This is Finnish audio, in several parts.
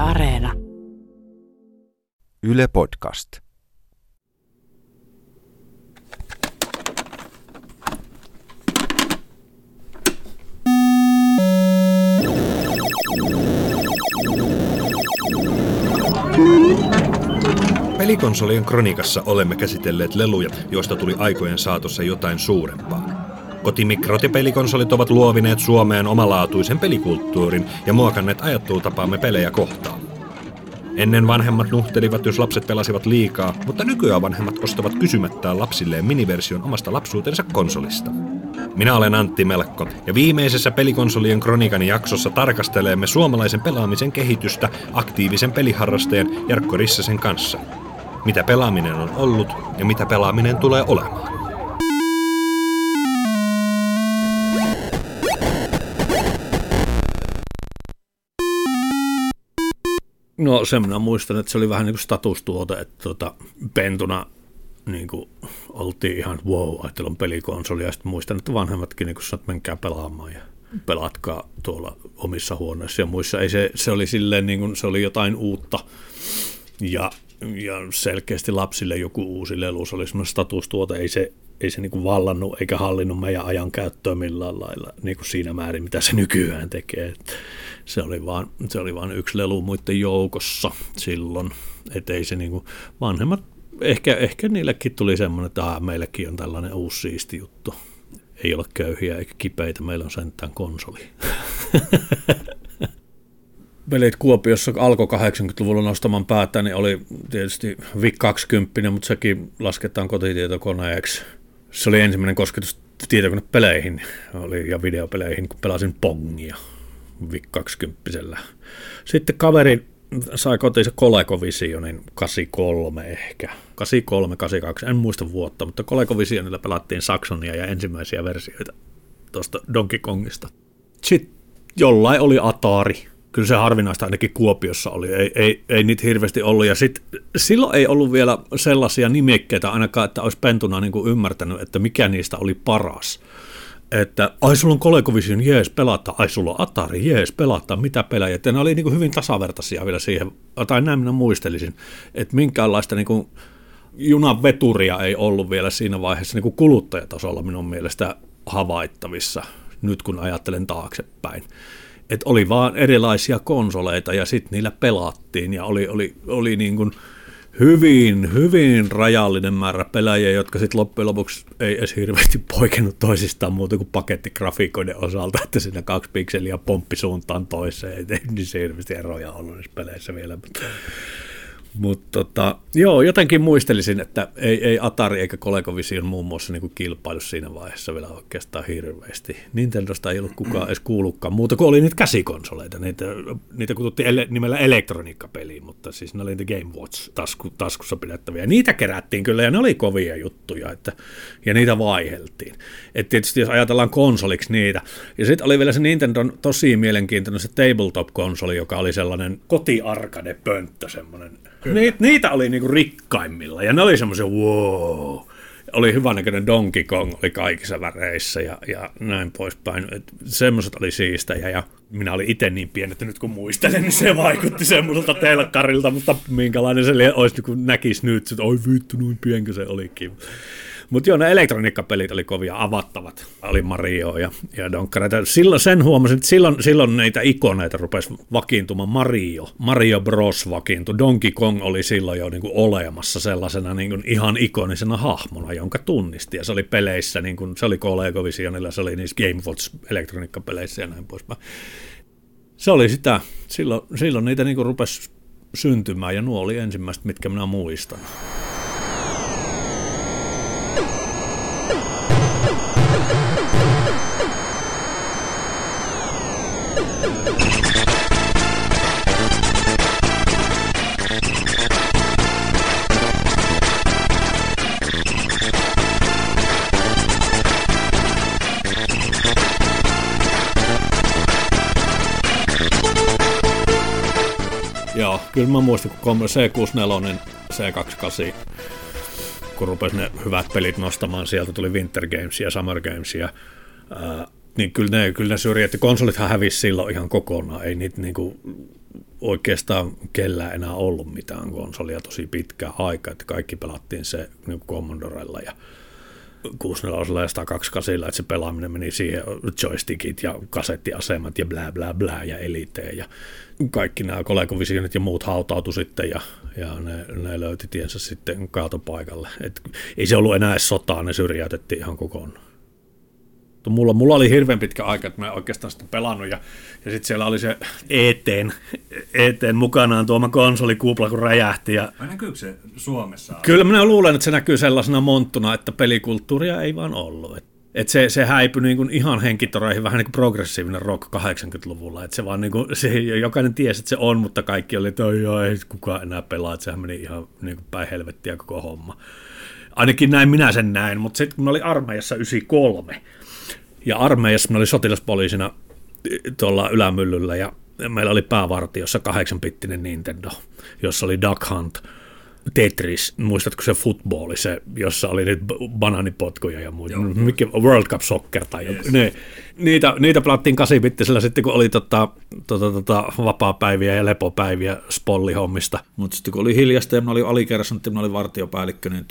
Areena. Yle Podcast. Pelikonsolien kronikassa olemme käsitelleet leluja, joista tuli aikojen saatossa jotain suurempaa. Kotimikrot ja pelikonsolit ovat luovineet Suomeen omalaatuisen pelikulttuurin ja muokanneet ajattelutapaamme pelejä kohtaan. Ennen vanhemmat nuhtelivat, jos lapset pelasivat liikaa, mutta nykyään vanhemmat ostavat kysymättään lapsilleen miniversion omasta lapsuutensa konsolista. Minä olen Antti Melkko, ja viimeisessä Pelikonsolien kronikani jaksossa tarkastelemme suomalaisen pelaamisen kehitystä aktiivisen peliharrastajan Jarkko Rissasen kanssa. Mitä pelaaminen on ollut ja mitä pelaaminen tulee olemaan. No sen minä muistan, että se oli vähän niin kuin statustuote, että pentuna niin kuin oltiin ihan wow, että on pelikonsoli, ja sitten muistan, että vanhemmatkin niin sanoivat, että menkää pelaamaan ja pelatkaa tuolla omissa huoneissa ja muissa. Ei se oli silleen, niin kuin, se oli jotain uutta ja selkeästi lapsille joku uusi lelu, se oli semmoinen statustuote, ei se niin kuin vallannut eikä hallinnut meidän ajan käyttöä millään lailla niin kuin siinä määrin, mitä se nykyään tekee. Se oli vaan yksi lelu muiden joukossa silloin, ettei se niin kuin vanhemmat, ehkä niillekin tuli semmoinen, että meilläkin on tällainen uusi siisti juttu. Ei ole köyhiä eikä kipeitä, meillä on sentään konsoli. Pelit Kuopiossa alkoi 80-luvulla nostamaan päätä, niin oli tietysti VIC 20, mutta sekin lasketaan kotitietokoneeksi. Se oli ensimmäinen kosketus tietokonepeleihin ja videopeleihin, kun pelasin Pongia VIC 20. Sitten kaveri sai kotiinsa ColecoVisionin 83 ehkä. 83, 82, en muista vuotta, mutta ColecoVisionilla pelattiin Saxonia ja ensimmäisiä versioita tuosta Donkey Kongista. Sitten jollain oli Atari. Kyllä se harvinaista ainakin Kuopiossa oli, ei niitä hirveästi ollut. Ja silloin ei ollut vielä sellaisia nimikkeitä ainakaan, että olisi pentuna niin kuin ymmärtänyt, että mikä niistä oli paras. Että ai sulla on ColecoVision, jees pelata, ai sulla on Atari, jees pelata, mitä pelejä. Ja ne oli niin kuin hyvin tasavertaisia vielä siihen, tai näin minä muistelisin, että minkäänlaista niin kuin junaveturia ei ollut vielä siinä vaiheessa niin kuin kuluttajatasolla minun mielestä havaittavissa, nyt kun ajattelen taaksepäin. Että oli vaan erilaisia konsoleita ja sitten niillä pelattiin ja oli niin kuin hyvin rajallinen määrä pelaajia, jotka sitten loppujen lopuksi ei edes hirveästi poikennut toisistaan muuta kuin pakettigrafiikoiden osalta, että siinä 2 pikseliä pomppi suuntaan toiseen, ei niin hirveästi eroja ollut näissä peleissä vielä. Mutta joo, jotenkin muistelisin, että ei Atari eikä ColecoVision muun muassa niin kuin kilpailu siinä vaiheessa vielä oikeastaan hirveästi. Nintendosta ei ollut kukaan edes kuullutkaan muuta kuin oli niitä käsikonsoleita. Niitä kutsuttiin nimellä elektroniikkapeliä, mutta siis ne oli niitä Game Watch taskussa pidettäviä. Niitä kerättiin kyllä ja ne oli kovia juttuja ja niitä vaiheltiin. Et tietysti jos ajatellaan konsoliksi niitä. Ja sitten oli vielä se Nintendon tosi mielenkiintoinen se tabletop-konsoli, joka oli sellainen kotiarcade-pönttö semmoinen. Niitä oli niinku rikkaimmilla ja ne oli semmoisia wow. Oli hyvänäköinen Donkey Kong, oli kaikissa väreissä ja näin poispäin. Semmoiset oli siistejä ja minä olin itse niin pieni, että nyt kun muistelen, niin se vaikutti semmoiselta telkkarilta, mutta minkälainen se olisi, kun näkisi nyt, että oi vittu, noin pienkö se olikin. Mutta joo, ne elektroniikkapelit oli kovia, avattavat. Oli Mario ja donkkareita. Sen huomasin, että silloin näitä ikoneita rupesi vakiintumaan. Mario Bros vakiintui. Donkey Kong oli silloin jo niinku olemassa sellaisena niinku ihan ikonisena hahmona, jonka tunnisti. Ja se oli peleissä, niinku, se oli ColecoVisionilla, se oli niissä Game Watch elektroniikkapeleissä ja näin poispäin. Se oli sitä. Silloin niitä niinku rupesi syntymään ja nuo oli ensimmäiset, mitkä minä muistan. Joo, kyllä mä muistan, kun C64, C28, kun rupesi ne hyvät pelit nostamaan, sieltä tuli Winter Games ja Summer Games ja niin kyllä ne syrjäytti. Konsolithan hävisi silloin ihan kokonaan, ei niitä niinku oikeastaan kellään enää ollut mitään konsolia tosi pitkään aikaa, että kaikki pelattiin se niin Commodorella ja 64 ja 128, että se pelaaminen meni siihen joystickit ja kasettiasemat ja blää blää blää ja Elite ja kaikki nämä ColecoVisionit ja muut hautautui sitten ja ne löyti tiensä sitten kaatopaikalle. Et ei se ollut enää edes sotaa, ne syrjäytettiin ihan kokonaan. Mulla oli hirveän pitkä aika, että mä oikeastaan sitten pelannut ja sitten siellä oli se ET:n mukanaan tuoma konsolikupla, kun räjähti. Vai näkyykö se Suomessa? Kyllä minä luulen, että se näkyy sellaisena monttuna, että pelikulttuuria ei vaan ollut. Et se häipyi niin kuin ihan henkitoreihin, vähän niin kuin progressiivinen rock 80-luvulla. Et se vaan niin kuin, jokainen tiesi, että se on, mutta kaikki oli, että ei kukaan enää pelaa, että sehän meni ihan niin kuin päin helvettiä koko homma. Ainakin näin minä sen näin, mutta sitten kun mä olin armeijassa 93, ja armeijassa mä olin sotilaspoliisina tuolla Ylämyllyllä ja meillä oli päävartiossa 8-bittinen Nintendo, jossa oli Duck Hunt, Tetris, muistatko se footballi, se, jossa oli niitä banaanipotkuja ja muuta, World Cup Soccer tai joku. Niitä pelattiin 8-bittisellä sitten, kun oli vapaa-päiviä ja lepopäiviä spollihommista. Mutta sitten kun oli hiljasta ja mä olin alikerrassa, mä olin vartiopäällikkö, niin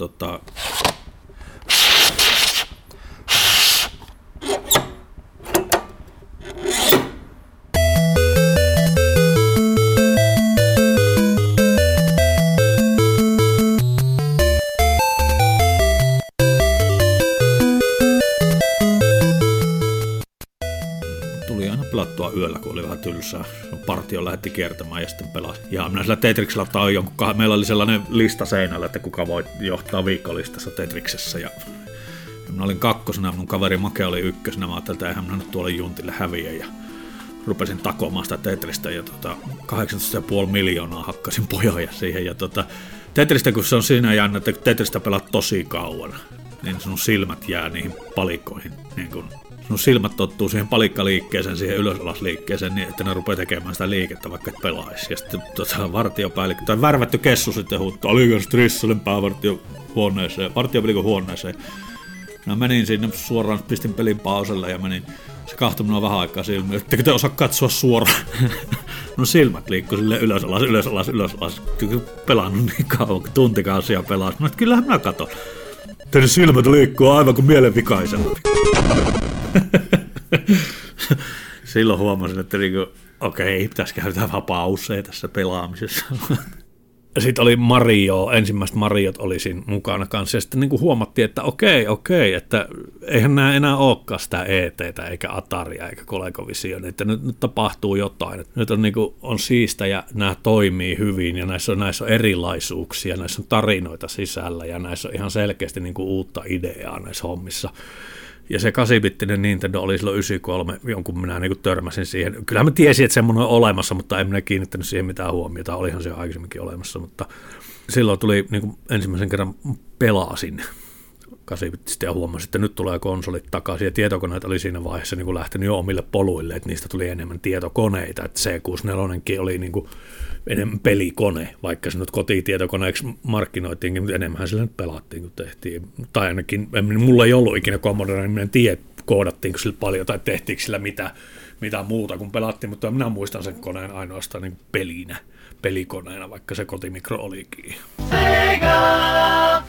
pelattua yöllä, kun oli vähän tylsää. Partio lähetti kiertämään ja sitten pelasi. Ja minä sillä Tetriksellä tai jonkun meillä oli sellainen lista seinällä, että kuka voi johtaa viikkolistassa Tetriksessä. Ja minä olin 2, mun kaveri Make oli 1. Mä ajattelin, että eihän minä nyt tuolle juntille häviä. Ja rupesin takomaan sitä Tetristä ja 18,5 miljoonaa hakkasin pojoja siihen. Ja Tetristä, kun se on siinä jännä, että Tetristä pelaat tosi kauan, niin sun silmät jää niihin palikoihin. Niin kun sun silmät tottuu siihen palikkaliikkeeseen, siihen ylös-alas-liikkeeseen, niin että ne rupeaa tekemään sitä liikettä, vaikka et pelaisi. Ja sitten vartiopäällikkö, tai värvätty kessu sitten huuttaa, oliko Strissolen vartiopäällikön huoneeseen. Mä menin sinne suoraan, pistin pelin pauselle ja menin. Se kahtoi minua vähän aikaa silmiin, ettekö te osaa katsoa suoraan. No silmät liikkui silleen ylös-alas. Kyllä pelannut niin kauan, kun tuntikausia pelasi. Mä kyllähän mä katon. Teidän silmät liikkuu aivan kuin mielenvikaisella. Silloin huomasin, että okei, pitäisi käydä vähän pauseja tässä pelaamisessa. Sitten oli Mario, ensimmäiset Mariot oli siinä mukana kanssa, ja sitten niin kuin huomattiin, että okei, että eihän nämä enää olekaan sitä ET:tä, eikä Ataria, eikä ColecoVision, että nyt tapahtuu jotain. Että nyt on, niin kuin, on siistä ja nämä toimii hyvin, ja näissä on erilaisuuksia, näissä on tarinoita sisällä, ja näissä on ihan selkeästi niin kuin uutta ideaa näissä hommissa. Ja se 8-bittinen Nintendo oli silloin 93, jonkun minä niin kuin törmäsin siihen. Kyllähän mä tiesin, että semmoinen on olemassa, mutta en minä kiinnittänyt siihen mitään huomiota. Olihan se jo aikaisemminkin olemassa, mutta silloin tuli niin kuin ensimmäisen kerran pelasin 8-bittistä ja huomasin, että nyt tulee konsolit takaisin. Ja tietokoneet oli siinä vaiheessa niin kuin lähtenyt jo omille poluille, että niistä tuli enemmän tietokoneita. Että C64 oli niin kuin enemmän pelikone, vaikka se nyt kotitietokoneeksi markkinoitiinkin, mutta enemmän sillä nyt pelattiin, kun tehtiin. Tai ainakin, mulla ei ollut ikinä Commodore, niin minä en tiedä, koodattiinko sillä paljon tai tehtiinkö sillä mitä muuta kuin pelattiin, mutta minä muistan sen koneen ainoastaan niin pelikoneena, vaikka se kotimikro olikin. Sega!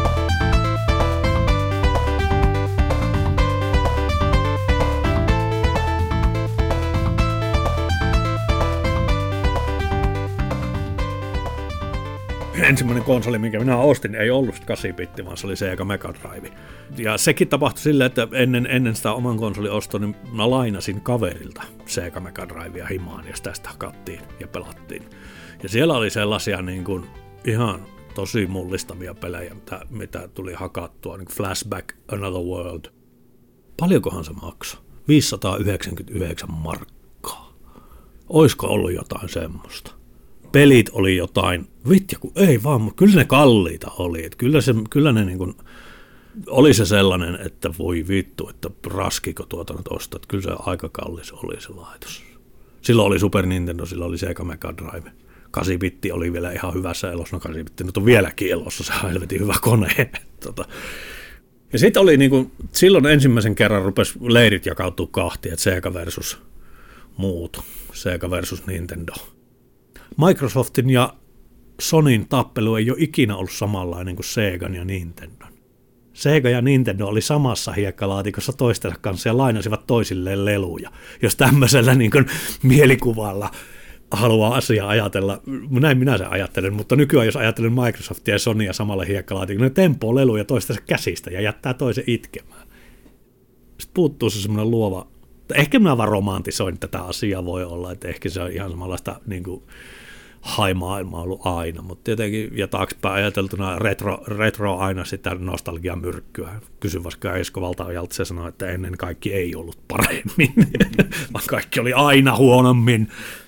Ensimmäinen konsoli, minkä minä ostin, ei ollut 8-bitti, vaan se oli Sega Mega Drive. Ja sekin tapahtui silleen, että ennen sitä oman konsolin ostoa, niin mä lainasin kaverilta Sega Mega Drivea himaan, ja sitä hakattiin ja pelattiin. Ja siellä oli sellaisia niin kuin ihan tosi mullistavia pelejä, mitä tuli hakattua, niin kuin Flashback, Another World. Paljonkohan se maksoi? 599 markkaa. Oisko ollut jotain semmoista? Pelit oli jotain, ei vaan, mutta kyllä ne kalliita oli. Että kyllä ne niin kuin, oli se sellainen, että voi vittu, että raskiko tuota nyt ostaa. Että kyllä se aika kallis oli se laitos. Silloin oli Super Nintendo, silloin oli Sega Mega Drive. 8-bitti oli vielä ihan hyvässä elossa. No 8-bitti nyt on vieläkin elossa, se on helvetin hyvä kone. Ja sitten oli niin kuin, silloin ensimmäisen kerran rupesi leirit jakautua kahtia, että Sega versus muut, Sega versus Nintendo. Microsoftin ja Sonyn tappelu ei ole ikinä ollut samanlainen kuin Segan ja Nintendo. Sega ja Nintendo oli samassa hiekkalaatikossa toistensa kanssa ja lainasivat toisilleen leluja. Jos tämmöisellä niin kuin mielikuvalla haluaa asiaa ajatella, näin minä sen ajattelen, mutta nykyään jos ajattelen Microsoftia ja Sonya samalla hiekkalaatikolla, ne tempoo leluja toistensa käsistä ja jättää toisen itkemään. Sitten puuttuu se semmoinen luova, ehkä minä vaan romantisoin tätä asiaa, voi olla, että ehkä se on ihan samanlaista niin kuin high-maailma ollut aina, mutta tietenkin, ja taaksepäin ajateltuna retro aina sitä nostalgiamyrkkyä. Kysy vaikka Esko Valtaojalta, se sanoi, että ennen kaikki ei ollut paremmin, vaan kaikki oli aina huonommin.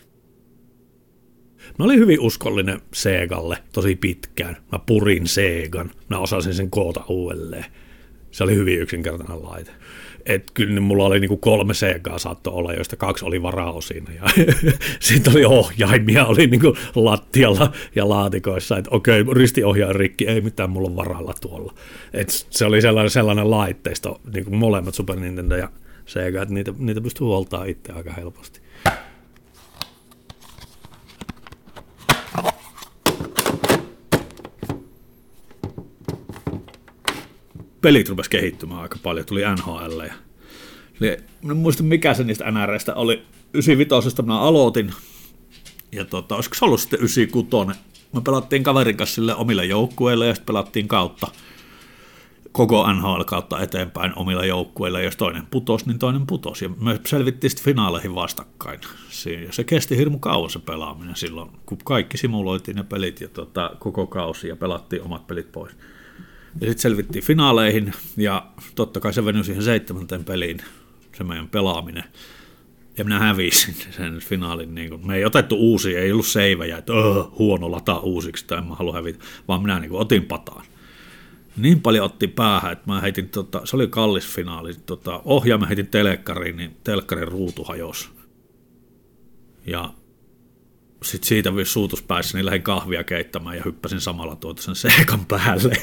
Mä olin hyvin uskollinen Segalle tosi pitkään. Mä purin Segan, mä osasin sen koota uudelleen. Se oli hyvin yksinkertainen laite. Et kyllä mulla oli niinku 3 Segaa saattoi olla, joista 2 oli varaosina. Ja sitten oli ohjaimia, oli niinku lattialla ja laatikoissa, että okei, ristiohjaajan rikki, ei mitään, mulla on varalla tuolla. Et se oli sellainen laitteisto, niinku molemmat Super Nintendo ja Sega, että niitä pystyy huoltamaan itse aika helposti. Pelit rupesi kehittymään aika paljon, tuli NHL. En muista mikä se niistä NRistä oli. 95 minä aloitin, ja olisiko se ollut sitten 96. Me pelattiin kaverin kanssa sille omille joukkueille, ja sitten pelattiin kautta, koko NHL kautta eteenpäin omilla joukkueilla, ja jos toinen putosi, niin toinen putosi. Ja me selvittiin sitten finaaleihin vastakkain. Ja se kesti hirmu kauan se pelaaminen silloin, kun kaikki simuloitiin ne pelit ja koko kausi, ja pelattiin omat pelit pois. Ja sitten selvittiin finaaleihin, ja totta kai se venyi siihen 7. peliin, se meidän pelaaminen. Ja minä hävisin sen finaalin. Niin kun, me ei otettu uusia, ei ollut seivejä, että huono lataa uusiksi, tai en mä halua hävitä, vaan minä niin kun, otin pataan. Niin paljon otti päähän, että mä heitin, se oli kallis finaali, ohjaamme heitin telkkariin, niin telkkarin ruutu hajosi. Ja sitten siitä suutuspäissä, niin lähdin kahvia keittämään ja hyppäsin samalla sen Segan päälle.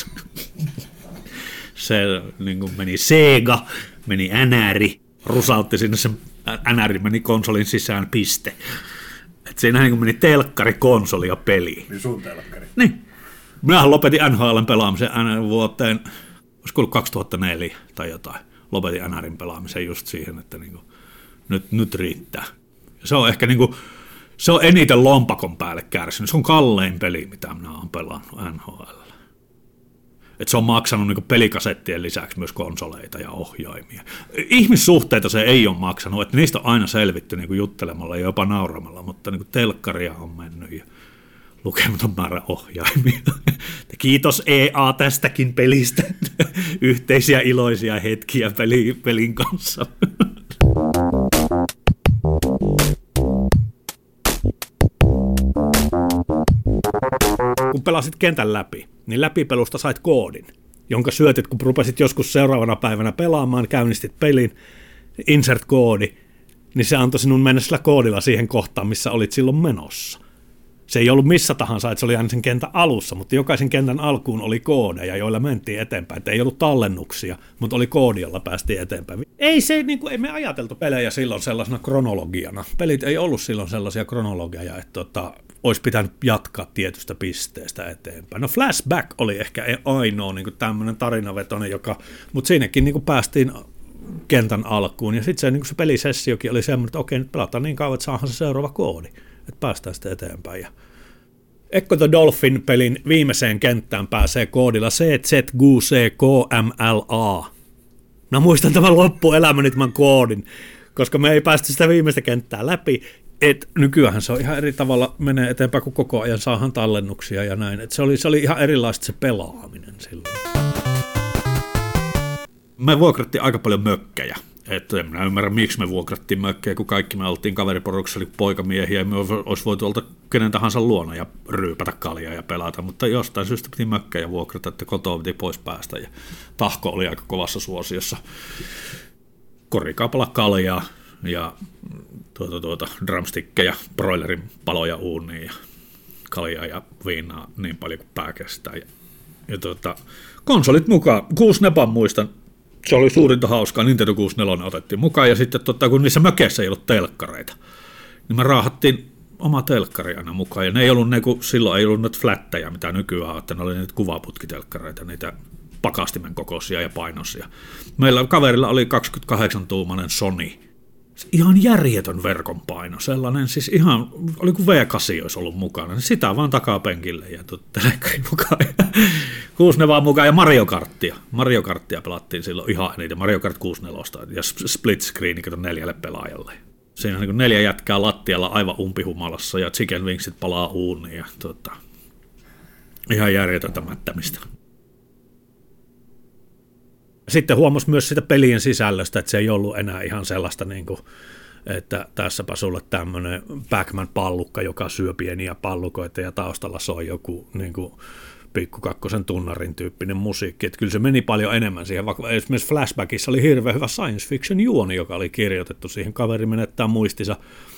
Se niin kuin meni Sega, meni NR, rusautti sinne sen NR, meni konsolin sisään piste. Et siinä niin kuin meni telkkari, konsoli ja peli. Niin sun telkkari. Niin. Minähän lopetin NHL:n pelaamisen vuoteen, olisiko ollut 2004 tai jotain. Lopetin NRin pelaamisen just siihen, että niin kuin, nyt riittää. Ja se on ehkä niin kuin, se on eniten lompakon päälle kärsinyt. Se on kallein peli, mitä minä olen pelannut NHL. Et se on maksanut niin pelikasettien lisäksi myös konsoleita ja ohjaimia. Ihmissuhteita se ei ole maksanut, että niistä on aina selvitty niin juttelemalla ja jopa nauramalla, mutta niin telkkaria on mennyt ja lukematon määrä ohjaimia. Kiitos EA tästäkin pelistä. Yhteisiä iloisia hetkiä pelin kanssa. Kun pelasit kentän läpi, niin läpipelusta sait koodin, jonka syötit, kun rupesit joskus seuraavana päivänä pelaamaan, käynnistit pelin, insert-koodi, niin se antoi sinun mennä sillä koodilla siihen kohtaan, missä olit silloin menossa. Se ei ollut missä tahansa, että se oli aina sen kentän alussa, mutta jokaisen kentän alkuun oli koodeja, joilla mentiin eteenpäin. Että ei ollut tallennuksia, mutta oli koodi, jolla päästiin eteenpäin. Ei me ajateltu pelejä silloin sellaisena kronologiana. Pelit ei ollut silloin sellaisia kronologiaa, että olisi pitänyt jatkaa tietystä pisteestä eteenpäin. No Flashback oli ehkä ainoa niin tämmöinen tarinavetoinen, mutta siinäkin niin päästiin kentän alkuun. Ja sitten se pelisessiokin oli semmoinen, että okei, nyt pelataan niin kauan, että saadaan se seuraava koodi. Että päästään sitten eteenpäin. Ja Echo the Dolphin-pelin viimeiseen kenttään pääsee koodilla CZGUCKMLA. Mä muistan tämän loppuelämäni tämän koodin, koska me ei päästy sitä viimeistä kenttää läpi. Et nykyään se on ihan eri tavalla menee eteenpäin, kun koko ajan saadaan tallennuksia ja näin. Et se oli ihan erilaista se pelaaminen silloin. Me vuokrattiin aika paljon mökkejä. Että en minä ymmärrä, miksi me vuokrattiin mökkejä, kun kaikki me oltiin kaveriporuksessa, oli poikamiehiä, ja me olisi voitu olla kenen tahansa luona ja ryypätä kaljaa ja pelata, mutta jostain syystä piti mökkejä vuokrata, että kotoa piti pois päästä, ja tahko oli aika kovassa suosiossa. Korikaapalla kaljaa ja drumstickkejä, broilerin paloja uuniin ja kaljaa ja viinaa niin paljon kuin pää kestää. Ja konsolit mukaan, 6 nepan muistan. Se oli suurinta hauskaa, Nintendo 64 otettiin mukaan, ja sitten kun niissä mökeissä ei ollut telkkareita, niin me raahattiin oma telkkari aina mukaan, ja ne ei ollut, silloin ei ollut noita flättejä, mitä nykyään on, että ne oli niitä kuvaputkitelkkareita, niitä pakastimen kokoisia ja painoisia. Meillä kaverilla oli 28-tuumainen Sony, ihan järjetön verkon paino, sellainen siis ihan, oli kuin V8 olisi ollut mukana, niin sitä vaan takapenkille ja telekkarin mukaan. 6 vaan mukaan ja Mario Karttia pelattiin silloin ihan eniten, Mario Kart 64 ja split screen 4 pelaajalle. Siinä on niin 4 jätkää lattialla aivan umpihumalassa ja chicken wingsit palaa uuniin ja ihan järjetöntä mättämistä. Sitten huomasi myös sitä pelien sisällöstä, että se ei ollut enää ihan sellaista, niin kuin, että tässäpä sulle tämmöinen Pac-Man-pallukka, joka syö pieniä pallukoita ja taustalla soi joku niin kuin pikkukakkosen tunnarin tyyppinen musiikki. Että kyllä se meni paljon enemmän siihen, vaikka esimerkiksi Flashbackissa oli hirveän hyvä science fiction juoni, joka oli kirjoitettu siihen. Kaveri menettää muistinsa.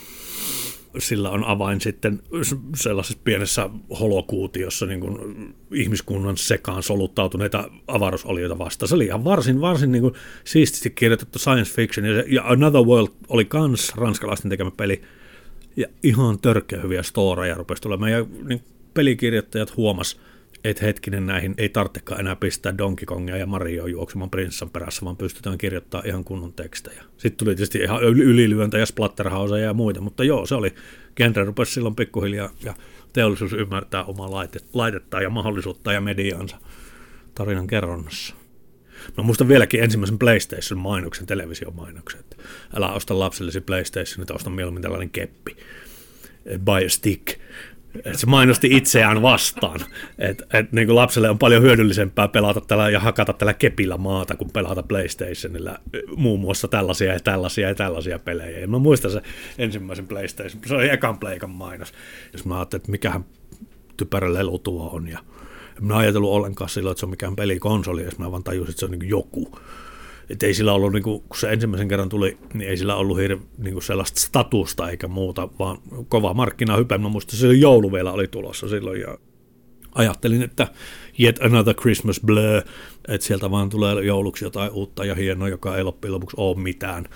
Sillä on avain sitten sellaisessa pienessä holokuutiossa niin kuin ihmiskunnan sekaan soluttautuneita avaruusolioita vastaan. Se oli ihan varsin niin kuin siististi kirjoitettu science fiction. Ja Another World oli kans ranskalaisten tekemä peli. Ja ihan törkeä hyviä storeja rupesi tulemaan. Ja niin pelikirjoittajat huomas, että hetkinen näihin ei tarvitsekaan enää pistää Donkey Kongia ja Marioa juoksemaan prinssan perässä, vaan pystytään kirjoittamaan ihan kunnon tekstejä. Sitten tuli tietysti ihan ylilyöntä ja splatterhauseja ja muita, mutta joo, se oli, genre rupesi silloin pikkuhiljaa ja teollisuus ymmärtää omaa laitettaan ja mahdollisuutta ja mediaansa tarinan kerronnassa. Mä muistan vieläkin ensimmäisen PlayStation-mainoksen, televisiomainoksen, että älä osta lapsellesi PlayStation, että osta mieluummin tällainen keppi, buy a stick. Et se mainosti itseään vastaan, että niin kuin lapselle on paljon hyödyllisempää pelata tällä ja hakata tällä kepillä maata, kuin pelata PlayStationilla muun muassa tällaisia pelejä. Ja mä muistan se ensimmäisen PlayStation, se oli ekan Playkan mainos, jos mä ajattelin, että mikähän typerä lelu tuo on. Ja en mä ajatellut ollenkaan silloin, että se on mikään pelikonsoli, jos mä vaan tajusin, että se on niin kuin joku. Että ei sillä ollut, niin kun se ensimmäisen kerran tuli, niin ei sillä ollut niin sellaista statusta eikä muuta, vaan kova markkinahype. Mä muistan, että joulu vielä oli tulossa silloin ja ajattelin, että yet another Christmas blur, että sieltä vaan tulee jouluksi jotain uutta ja hienoa, joka ei loppujen lopuksi ole mitään.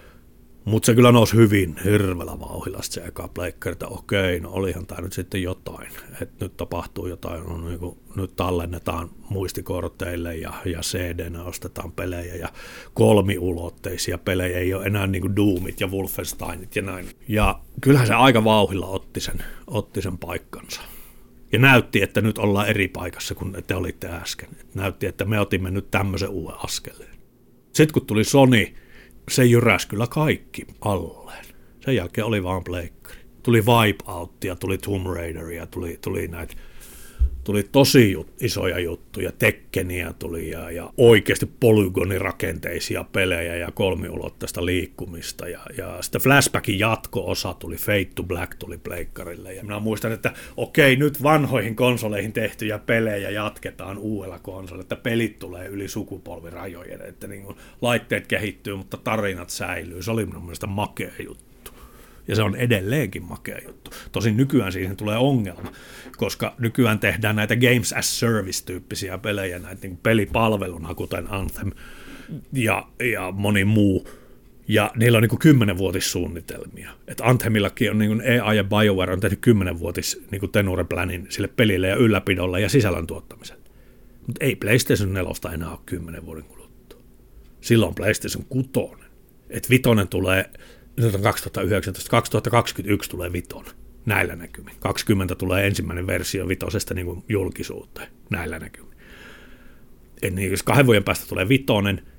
Mutta se kyllä nousi hyvin hirveällä vauhdilla se eka pleikkari, että okei, no olihan tämä nyt sitten jotain, että nyt tapahtuu jotain, no, niin kuin, nyt tallennetaan muistikorteille ja CD-nä ostetaan pelejä ja kolmiulotteisia pelejä, ei ole enää niin kuin Doomit ja Wolfensteinit ja näin. Ja kyllähän se aika vauhdilla otti sen paikkansa. Ja näytti, että nyt ollaan eri paikassa kuin te olitte äsken. Näytti, että me otimme nyt tämmöisen uuden askeleen. Sitten kun tuli Sony, se jyräsi kyllä kaikki alleen. Sen jälkeen oli vaan pleikkari. Tuli Wipeoutia, tuli Tomb Raideria, tuli näitä. Tuli tosi isoja juttuja, Tekkeniä tuli ja oikeasti polygonirakenteisia pelejä ja kolmiulotteista liikkumista. Ja sitten Flashbackin jatko-osa tuli, Fade to Black tuli pleikkarille. Ja minä muistan, että okei, nyt vanhoihin konsoleihin tehtyjä pelejä jatketaan uudella konsolilla, että pelit tulee yli sukupolvirajojen, että niin kuin laitteet kehittyy, mutta tarinat säilyy. Se oli minun mielestä makea juttu. Ja se on edelleenkin makea juttu. Tosin nykyään siihen tulee ongelma, koska nykyään tehdään näitä Games as Service-tyyppisiä pelejä, näitä niin pelipalveluna, kuten Anthem ja moni muu. Ja niillä on niin 10-vuotissuunnitelmia. Et Anthemillakin on niin EA ja BioWare on tehnyt 10-vuotis niin tenure-planin sille pelille ja ylläpidolle ja sisällön tuottamiselle. Mutta ei PlayStation 4 enää ole 10 vuoden kuluttua. Silloin PlayStation 6. Että 5 tulee... Nyt on 2019, 2021 tulee 5 näillä näkymin. 20 tulee ensimmäinen versio 5 niin kuin julkisuuteen näillä näkymin. Niin jos 2 vuoden päästä tulee 5,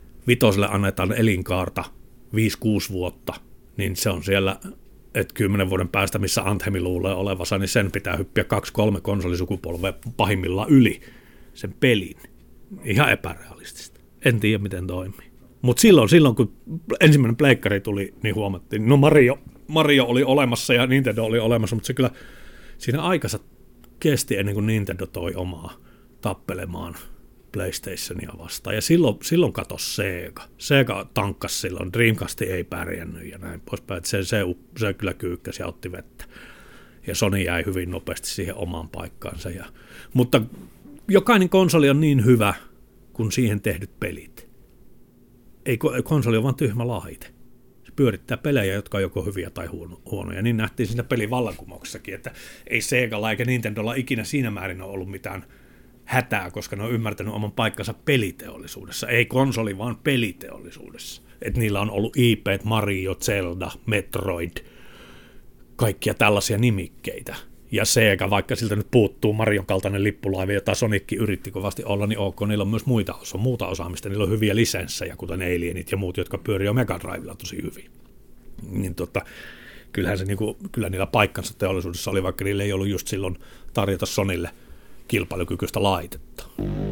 5 annetaan elinkaarta 5-6 vuotta, niin se on siellä, että 10 vuoden päästä, missä Anthemi luulee olevansa, niin sen pitää hyppiä 2-3 konsolisukupolvea pahimmillaan yli sen pelin. Ihan epärealistista. En tiedä, miten toimii. Mutta silloin, kun ensimmäinen pleikkari tuli, niin huomattiin, no Mario oli olemassa ja Nintendo oli olemassa, mutta se kyllä siinä aikansa kesti ennen kuin Nintendo toi omaa tappelemaan PlayStationia vastaan. Ja silloin katosi Sega. Sega tankkasi silloin, Dreamcast ei pärjännyt ja näin poispäin. Se kyllä kyykkäsi ja otti vettä. Ja Sony jäi hyvin nopeasti siihen omaan paikkaansa. Mutta jokainen konsoli on niin hyvä, kuin siihen tehdyt pelit. Ei konsoli on vaan tyhmä laite. pyörittää pelejä, jotka on joko hyviä tai huonoja. Niin nähtiin siinä pelin vallankumouksessakin, että ei Segalla eikä Nintendolla ikinä siinä määrin ole ollut mitään hätää, koska ne on ymmärtänyt oman paikkansa peliteollisuudessa. Ei konsoli, vaan peliteollisuudessa. Että niillä on ollut IP:t, Mario, Zelda, Metroid, kaikkia tällaisia nimikkeitä. Ja Sega, vaikka siltä nyt puuttuu Marion kaltainen lippulaiva, jota Sonic yritti kovasti olla, niin ok, niillä on myös muuta osaamista. Niillä on hyviä lisenssejä, kuten Alienit ja muut, jotka pyörii jo Mega Drivella tosi hyvin. Niin kyllähän se kyllä niillä paikkansa teollisuudessa oli, vaikka niillä ei ollut just silloin tarjota Sonille kilpailukykyistä laitetta.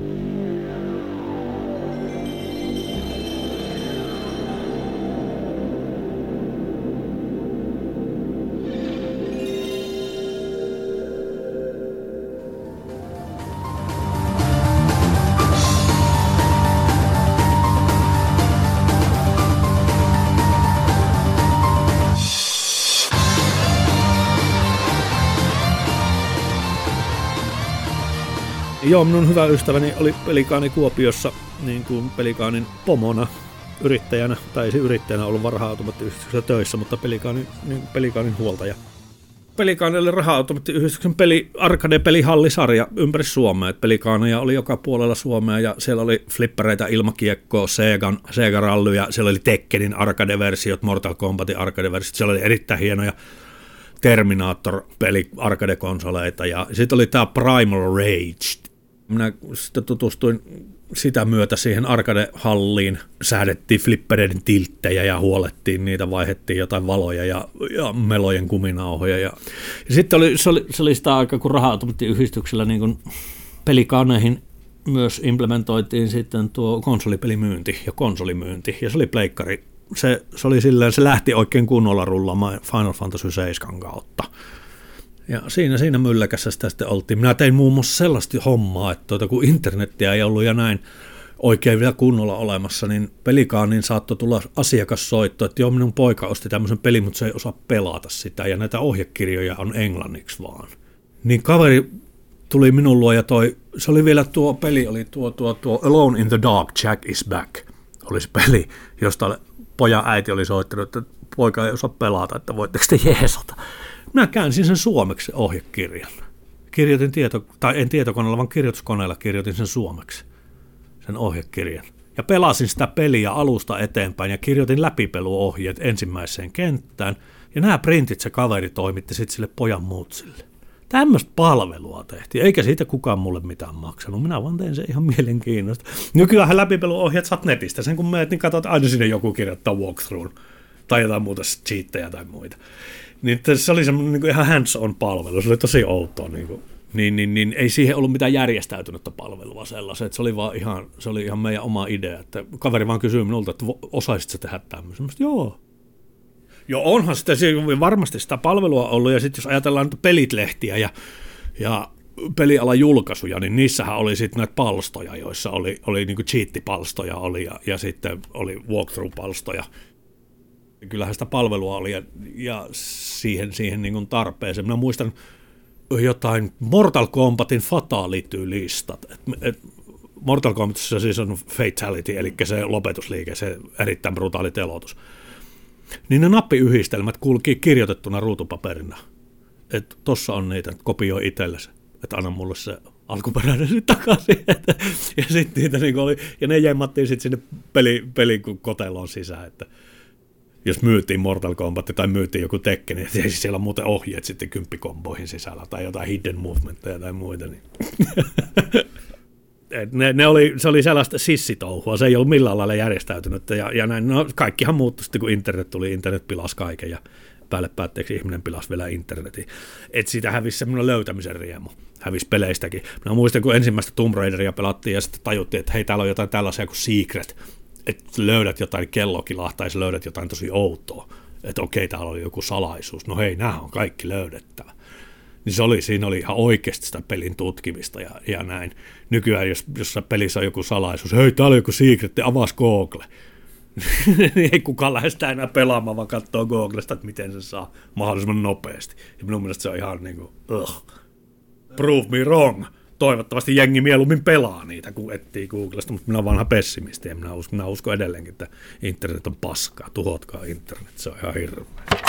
Joo, minun hyvä ystäväni oli Pelikaani Kuopiossa, niin kuin Pelikaanin pomona yrittäjänä, tai ei se yrittäjänä ollut raha-automaattiyhdistyksessä töissä, mutta Pelikaanin huoltaja. Pelikaanille raha-automaattiyhdistyksen arcade-pelihallisarja ympäri Suomea, että Pelikaaneja oli joka puolella Suomea, ja siellä oli flippereitä, ilmakiekkoa, Sega-rallyja, siellä oli Tekkenin arcade-versiot, Mortal Kombatin arcade-versiot, siellä oli erittäin hienoja Terminator-peli arcade-konsoleita, ja sitten oli tämä Primal Rage. Minä sitten tutustuin sitä myötä siihen arcade-halliin, säädettiin flippereiden tilttejä ja huolettiin niitä, vaihdettiin jotain valoja ja melojen kuminauhoja. Ja sitten se oli sitä aikaa, kun raha-automaattiyhdistyksellä niin kun Pelikaaneihin myös implementoitiin sitten tuo konsolipelimyynti ja konsolimyynti, ja se oli pleikkari. Se oli silleen, se lähti oikein kunnolla rullaamaan Final Fantasy 7 kautta. Ja siinä mylläkässä sitä sitten oltiin. Minä tein muun muassa sellaista hommaa, että kun internettiä ei ollut ja näin oikein vielä kunnolla olemassa, niin Pelikaaniin saattoi tulla asiakassoitto, että joo, minun poika osti tämmöisen pelin, mutta se ei osaa pelata sitä, ja näitä ohjekirjoja on englanniksi vaan. Niin kaveri tuli minun luo ja se oli vielä tuo peli, oli tuo Alone in the Dark, Jack is Back, oli se peli, josta pojan äiti oli soittanut, että poika ei osaa pelata, että voitteko te jeesata. Minä käänsin sen suomeksi se ohjekirjan. Kirjoitin en tietokoneella, vaan kirjoituskoneella kirjoitin sen suomeksi, sen ohjekirjan. Ja pelasin sitä peliä alusta eteenpäin ja kirjoitin läpipeluohjeet ensimmäiseen kenttään. Ja nämä printit se kaveri toimitti sitten sille pojan mutsille. Tämmöistä palvelua tehtiin, eikä siitä kukaan mulle mitään maksanut. Minä vaan tein sen ihan mielenkiinnosta. Nykyäänhän läpipeluohjeet saat netistä. Sen kun menet, niin katsot, aina sinne joku kirjoittaa walkthrough tai jotain muuta cheattejä tai muita. Niin se oli semmoinen niin ihan hands-on palvelu, se oli tosi outoa. Niin ei siihen ollut mitään järjestäytynyttä palvelua sellaisen, että se oli ihan meidän oma idea. Että kaveri vaan kysyi minulta, että osaisitko tehdä tämmöisen? Joo, onhan sitä varmasti sitä palvelua ollut, ja sitten jos ajatellaan nyt pelitlehtiä ja pelialan julkaisuja, niin niissähän oli sitten näitä palstoja, joissa oli niin kuin cheat-palstoja ja sitten oli walkthrough-palstoja. Kyllähän sitä palvelua oli ja siihen niin kuin tarpeeseen. Minä muistan jotain Mortal Kombatin fatality-listat. Mortal Kombatissa siis on fatality, eli se lopetusliike, se erittäin brutaali teloitus. Niin ne nappiyhdistelmät kulki kirjoitettuna ruutupaperina. Että tossa on niitä, kopioi itsellesi, että anna mulle se alkuperäinen sitten takaisin. Ja sitten niitä niin oli, ja ne jemmattiin sitten sinne pelikoteloon sisään, että jos myytiin Mortal Kombat tai myytiin joku Tekken, niin ei siellä on muuten ohjeet sitten 10 komboihin sisällä tai jotain hidden movementteja tai muita. Niin. Se oli sellaista sissitouhua, se ei ollut millään lailla järjestäytynyt ja näin. No, kaikkihan muuttui sitten, kun internet tuli, internet pilasi kaiken ja päälle päätteeksi ihminen pilasi vielä internetin. Että siitä hävisi semmoinen löytämisen riemu, hävisi peleistäkin. Minä muistan, kun ensimmäistä Tomb Raideria pelattiin ja sitten tajuttiin, että hei, täällä on jotain tällaisia kuin Secret, että löydät jotain kellokilaa tai löydät jotain tosi outoa, että okei, täällä oli joku salaisuus, no hei, nämä on kaikki löydettävä. Niin siinä oli ihan oikeasti sitä pelin tutkimista ja näin. Nykyään, jos pelissä on joku salaisuus, hei, täällä on joku secret, avasi Google. Niin ei kukaan lähde sitä enää pelaamaan, vaan katsoo Googlesta, että miten se saa mahdollisimman nopeasti. Ja minun mielestä se on ihan niin kuin, prove me wrong. toivottavasti jengi mieluummin pelaa niitä, kun etsii Googlesta, mutta minä olen vanha pessimisti ja minä uskon edelleenkin, että internet on paskaa, tuhotkaa internet, se on ihan hirveä.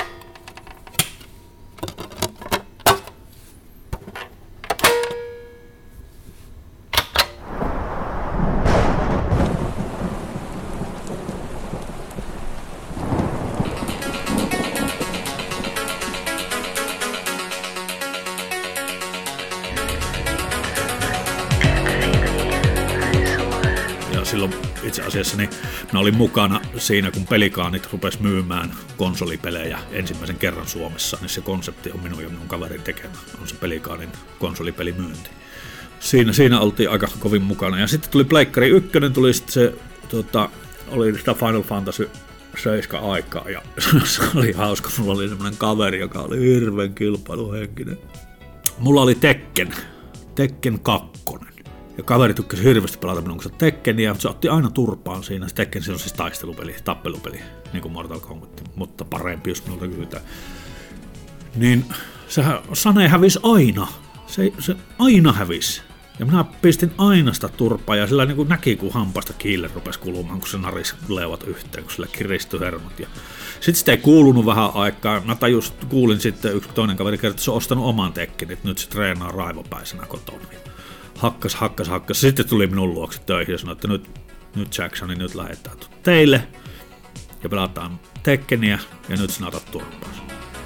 Silloin itse asiassa niin minä olin mukana siinä, kun Pelikaanit rupesi myymään konsolipelejä ensimmäisen kerran Suomessa, niin se konsepti on minun ja minun kaverin tekemä, on se Pelikaanin konsolipelimyynti. Siinä oltiin aika kovin mukana. Ja sitten tuli Pleikkari 1, tuli sitten se, oli sitä Final Fantasy 7 aikaa, ja se oli hauska, mulla oli semmoinen kaveri, joka oli hirveän kilpailuhenkinen. Mulla oli Tekken 2. Ja kaveri tykkäsi hirveästi pelata minun kanssa Tekkeniä, mutta se otti aina turpaan siinä. Se Tekken on siis taistelupeli, tappelupeli, niin kuin Mortal Kombat, mutta parempi, jos minulta kysytään. Niin Sane hävisi aina. Se aina hävisi. Ja minä pistin aina sitä turpaa, ja sillä niin kuin näki, kun hampaasta kiille rupesi kulumaan, kun se narisi leuat yhteen, kun sillä kiristyi hermot. Ja sitten sitä ei kuulunut vähän aikaa. Mä kuulin sitten, yksi toinen kaveri kertoi, että se on ostanut oman Tekkenin, että nyt se treenaa raivopäisenä kotona. Hakkas. Sitten tuli minun luokse töihin ja sanoi, että nyt Jacksoni, nyt lähdetään teille ja pelataan Tekkeniä ja nyt sinä otat turpaasi.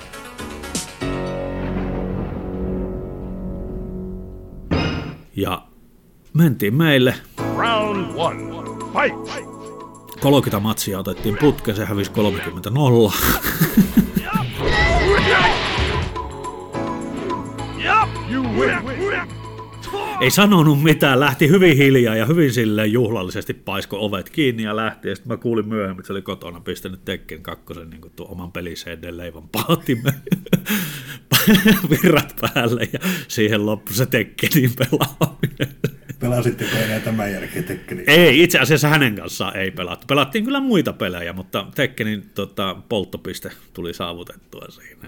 Ja mentiin meille. Round 1. Fight! 30 matsia otettiin putkeen, se hävisi 30-0. You win! Ei sanonut mitään, lähti hyvin hiljaa ja hyvin silleen juhlallisesti paisko ovet kiinni ja lähti. Ja sitten mä kuulin myöhemmin, että se oli kotona pistänyt Tekken 2 niin kuin tuon oman peli-CD leivän paatimen virrat päälle ja siihen loppui se Tekkenin pelaaminen. Pelasitteko enää tämän jälkeen Tekkeniä? Ei, itse asiassa hänen kanssaan ei pelattu. Pelattiin kyllä muita pelejä, mutta Tekkenin polttopiste tuli saavutettua siinä.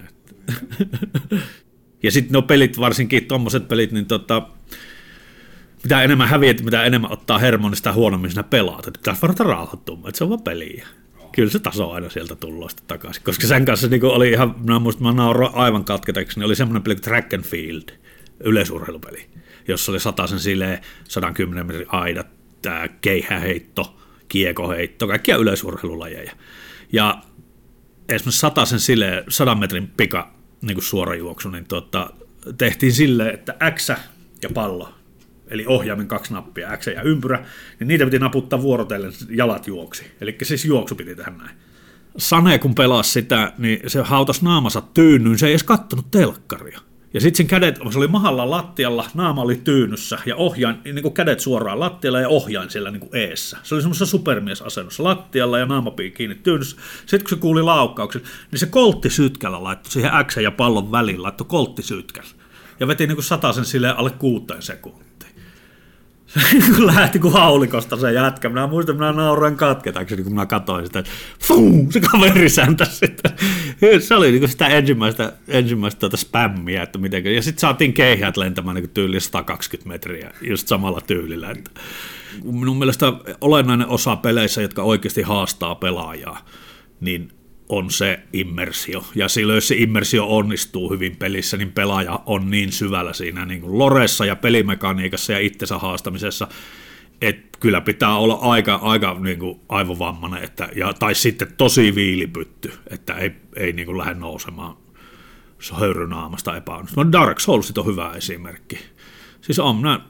Ja sitten nuo pelit, varsinkin tommoset pelit, niin mitä enemmän häviät, mitä enemmän ottaa hermoa, niin sitä huonommin sinä pelaat. Että pitää varata rauhoittumaan, että se on vaan peliä. Kyllä se taso aina sieltä tullaan sitten takaisin. Koska sen kanssa niin oli ihan, mä nauroin aivan katketaksi, niin oli semmoinen peli kuin Track and Field, yleisurheilupeli, jossa oli 100 sileä, 110 metrin aidat, keihäheitto, kiekoheitto, kaikkia yleisurheilulajeja. Ja esimerkiksi 100 sileä, 100 metrin pika, niin kuin suorajuoksu, niin tehtiin silleen, että X ja pallo, eli ohjaimen 2 nappia, X ja ympyrä, niin niitä piti naputtaa vuorotellen, jalat juoksi. Eli siis juoksu piti tehdä näin. Sane, kun pelasi sitä, niin se hautasi naamansa tyynnyyn, se ei edes kattonut telkkaria. Ja sitten sen kädet, se oli mahallaan lattialla, naama oli tyynnyssä ja ohjain, niin kuin kädet suoraan lattialla ja ohjain siellä niin kuin eessä. Se oli semmoisessa supermiesasennossa lattialla ja naama kiinni tyynnyssä. Sitten kun se kuuli laukkauksen, niin se kolttisytkällä laittoi siihen X ja pallon väliin, laittoi kolttisytkällä. Ja veti niin kuin 100 silleen alle 6 sekuntia. Se lähti kuin haulikosta se jätkä. Minä muistan, minä nauroin katketakseni, kun minä katsoin sitä, että se kaveri säntäsi sitä. Se oli niin kuin sitä ensimmäistä spämmiä, että mitenkä. Ja sitten saatiin keihät lentämään niin tyyliin 120 metriä, just samalla tyylillä. Että minun mielestä olennainen osa peleissä, jotka oikeasti haastaa pelaajaa, niin on se immersio. Ja silloin, jos se immersio onnistuu hyvin pelissä, niin pelaaja on niin syvällä siinä niin kuin loressa ja pelimekaniikassa ja itsensä haastamisessa, että kyllä pitää olla aika niin kuin aivovammainen, tai sitten tosi viilipytty, että ei niin kuin lähde nousemaan höyrynaamasta epäonnistua. Dark Souls on hyvä esimerkki. Siis on minä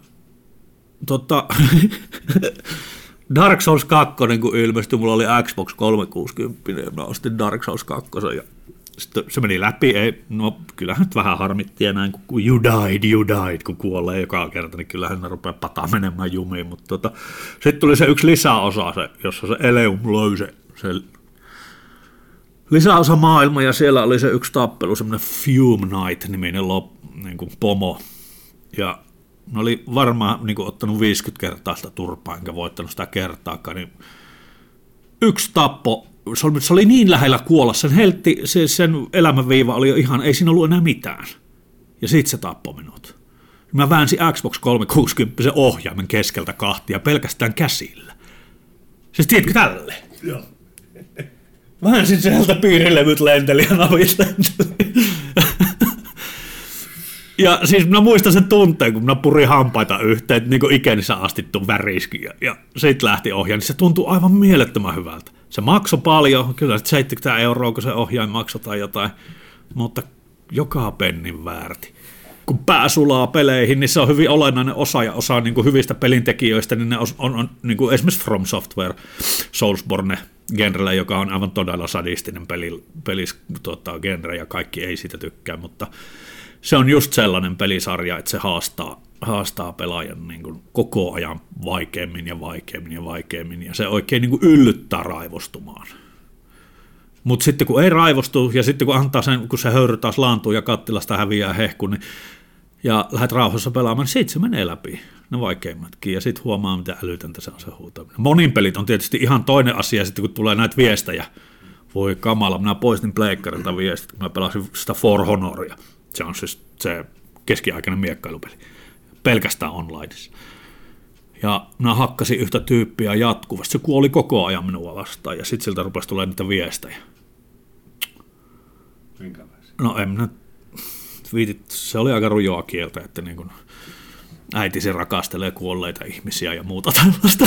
Dark Souls 2, kun ilmestyi, mulla oli Xbox 360 ja mä ostin Dark Souls 2 ja sitten se meni läpi, kyllähän nyt vähän harmitti ja näin, kun you died, kun kuolee joka kerta, niin kyllähän ne rupeaa pataa menemään jumiin, mutta sitten tuli se yksi lisäosa, jossa se Eleum löi se lisäosa maailma ja siellä oli se yksi tappelu, semmoinen Fume Knight-niminen niin pomo ja ne oli varmaan niin kuin, ottanut 50 kertaa sitä turpaa, enkä voittanut sitä kertaakaan, niin yksi tappo, se oli niin lähellä kuolla, sen elämänviiva oli jo ihan, ei siinä ollut enää mitään. Ja sitten se tappoi minut. Mä väänsin Xbox 360 ohjaimen keskeltä kahtia pelkästään käsillä. Siis tiedätkö tälle? Joo. Väänsin sieltä piirilevyt lenteli ja navit lenteli. Ja siis mä muistan sen tunteen, kun mä purin hampaita yhteen, että niin ikänissä astittu väriski ja sit lähti ohjaan, niin se tuntui aivan mielettömän hyvältä. Se maksoi paljon, kyllä 70 €, kun se ohjain maksoi tai jotain, mutta joka pennin väärti. Kun pää sulaa peleihin, niin se on hyvin olennainen osa ja osa niin kuin hyvistä pelintekijöistä, niin ne on niin kuin esimerkiksi From Software, Soulsborne-genrellä, joka on aivan todella sadistinen genre ja kaikki ei siitä tykkää, mutta se on just sellainen pelisarja, että se haastaa pelaajan niin kuin koko ajan vaikeammin ja se oikein niin kuin yllyttää raivostumaan. Mutta sitten kun ei raivostu ja sitten kun antaa sen, kun se höyry taas laantuu ja kattilasta häviää hehku, niin, ja lähdet rauhassa pelaamaan, niin sitten se menee läpi, ne vaikeimmatkin, ja sitten huomaa, mitä älytöntä se on se huutaminen. Monin pelit on tietysti ihan toinen asia, sitten kun tulee näitä viestejä. Voi kamala, minä poistin pleikkarilta viestit, kun mä pelasin sitä For Honoria. Se on siis se keskiaikainen miekkailupeli, pelkästään onlineissa. Ja minä hakkasin yhtä tyyppiä jatkuvasti, se kuoli koko ajan minua vastaan, ja sitten siltä rupesi tulemaan niitä viestejä. Minkälaisia? No en minä viitit, se oli aika rujoa kieltä, että niin kuin äitisi rakastelee kuolleita ihmisiä ja muuta tällaista.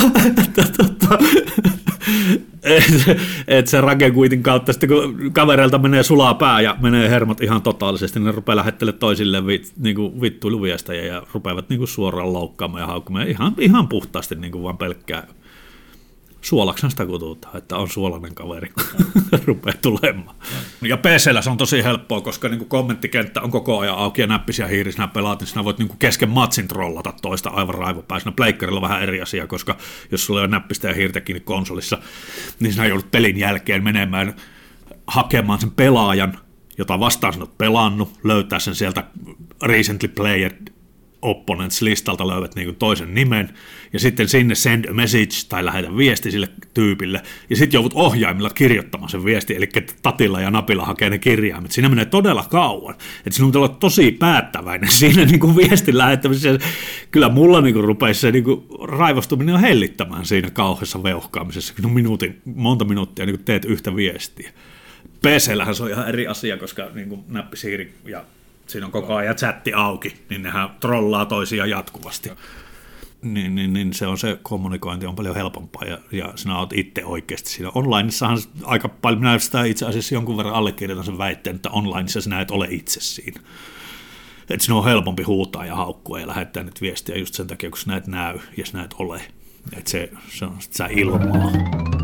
Et se rakenkuitin kautta, sitten kun kavereilta menee sulaa pää ja menee hermot ihan totaalisesti, niin ne rupeaa lähettelemään toisilleen niin vittuiluviestejä ja rupeavat niin suoraan loukkaamaan ja haukkumaan ihan puhtaasti niin vaan pelkkää suolaksen sitä kutuutta, että on suolainen kaveri, kun rupeaa tulemaan. Ja PC:llä se on tosi helppoa, koska niin kommenttikenttä on koko ajan auki ja näppisiä hiirissä nämä pelaat, niin sinä voit niin kesken matsin trollata toista aivan raivopäisenä. Pleikkarilla on vähän eri asia, koska jos sulla on näppistä ja hiirtä kiinni konsolissa, niin sinä joudut pelin jälkeen menemään hakemaan sen pelaajan, jota vastaan sinä olet pelannut, löytää sen sieltä recently played opponents-listalta löydät niin toisen nimen, ja sitten sinne send a message, tai lähetä viesti sille tyypille, ja sitten joudut ohjaimilla kirjoittamaan sen viesti, eli tatilla ja napilla hakee ne kirjaimet. Siinä menee todella kauan, että sinun pitää olla tosi päättäväinen siinä niin viestin lähettämisessä. Kyllä mulla niin rupeisi se niin raivostuminen on hellittämään siinä kauheassa veuhkaamisessa, kun monta minuuttia niin teet yhtä viestiä. PC:llähän se on ihan eri asia, koska niin näppisiiri ja siinä on koko ajan chatti auki, niin nehän trollaa toisiaan jatkuvasti. Niin se on se kommunikointi on paljon helpompaa ja sinä olet itse oikeasti siinä. Onlineissahan aika paljon, minä sitä itse asiassa jonkun verran allekirjoitan sen väitteen, että onlineissa sinä et ole itse siinä. Että sinun on helpompi huutaa ja haukkua ja lähettää nyt viestiä just sen takia, kun sinä et näy ja sinä et ole. Että se on sitä ilmaa.